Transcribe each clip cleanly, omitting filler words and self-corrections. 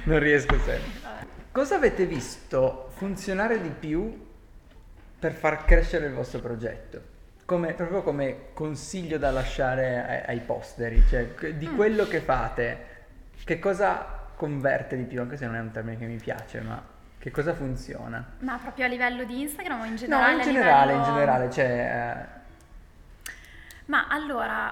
Non riesco sempre. Cosa avete visto funzionare di più per far crescere il vostro progetto? Proprio come consiglio da lasciare ai posteri, cioè di quello che fate, che cosa converte di più, anche se non è un termine che mi piace, ma che cosa funziona? Ma proprio a livello di Instagram o in No, generale in a generale, in livello... generale, cioè... Ma allora,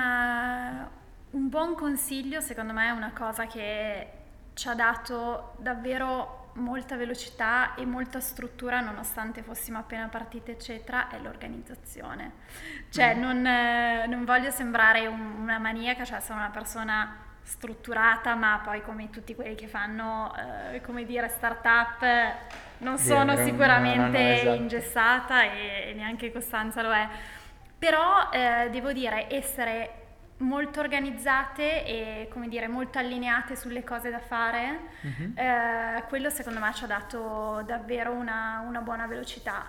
un buon consiglio secondo me è una cosa che ci ha dato davvero molta velocità e molta struttura nonostante fossimo appena partite eccetera, è l'organizzazione. Cioè non voglio sembrare una maniaca, cioè sono una persona strutturata, ma poi come tutti quelli che fanno, come dire, startup, non sono Dietro, no, no, sicuramente no, esatto. ingessata e neanche Costanza lo è. Però devo dire, essere molto organizzate e come dire molto allineate sulle cose da fare, Mhm. quello secondo me ci ha dato davvero una buona velocità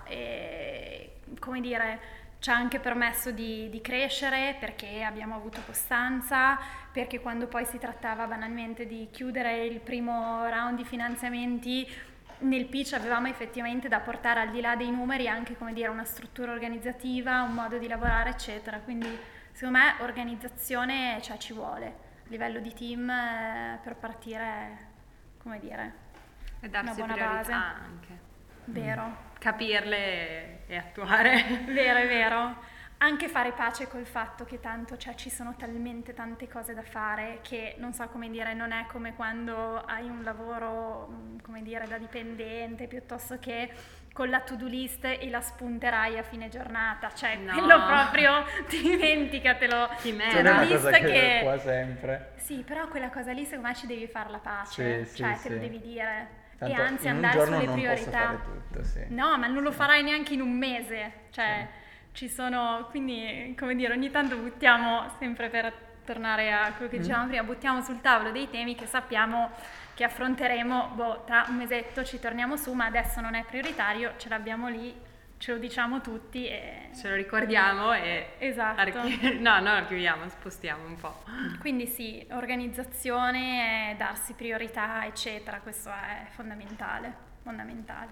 e come dire ci ha anche permesso di crescere perché abbiamo avuto costanza, perché quando poi si trattava banalmente di chiudere il primo round di finanziamenti nel pitch avevamo effettivamente da portare al di là dei numeri anche come dire una struttura organizzativa, un modo di lavorare eccetera, quindi secondo me organizzazione cioè, ci vuole, a livello di team per partire, come dire, E una darsi buona priorità base. anche. Vero, Capirle e attuare. vero, è vero. Anche fare pace col fatto che tanto cioè, ci sono talmente tante cose da fare che non so come dire, non è come quando hai un lavoro, come dire, da dipendente piuttosto che con la to-do list e la spunterai a fine giornata, cioè No. quello proprio dimenticatelo. Ti Non è To-do mena. una list cosa che che qua sempre. sì, però quella cosa lì secondo me ci devi fare la pace, Sì, sì, cioè te lo sì. devi dire e Tanto anzi in un andare giorno sulle non posso fare priorità. tutto, sì. No, ma non lo Sì. farai neanche in un mese, cioè Sì. ci sono, quindi come dire, ogni tanto buttiamo, sempre per tornare a quello che dicevamo prima, buttiamo sul tavolo dei temi che sappiamo che affronteremo, boh, tra un mesetto ci torniamo su, ma adesso non è prioritario, ce l'abbiamo lì, ce lo diciamo tutti e... Ce lo ricordiamo e... Esatto. No, non archiviamo, spostiamo un po'. Quindi sì, organizzazione, darsi priorità, eccetera, questo è fondamentale, fondamentale.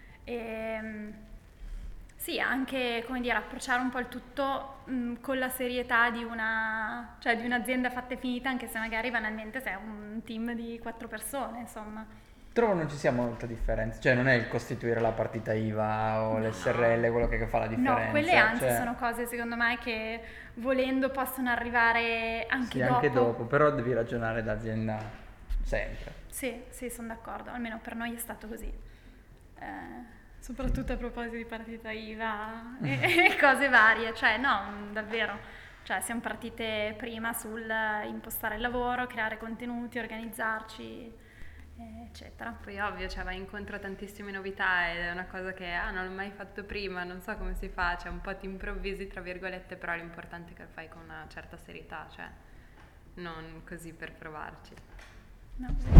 Sì, anche, come dire, approcciare un po' il tutto con la serietà di cioè di un'azienda fatta e finita, anche se magari banalmente sei un team di 4 persone, insomma. Trovo non ci sia molta differenza, cioè non è il costituire la partita IVA o l'SRL quello che fa la differenza. No, quelle anzi cioè, sono cose secondo me che volendo possono arrivare sì, anche anche dopo. dopo, però devi ragionare d'azienda sempre. Sì, sì, sono d'accordo, almeno per noi è stato così. Soprattutto a proposito di partita IVA e cose varie, cioè no, davvero, cioè siamo partite prima sul impostare il lavoro, creare contenuti, organizzarci, eccetera. Poi ovvio, cioè vai incontro a tantissime novità ed è una cosa che non ho mai fatto prima, non so come si fa, cioè un po' ti improvvisi tra virgolette, però l'importante è che lo fai con una certa serietà, cioè non così per provarci. No,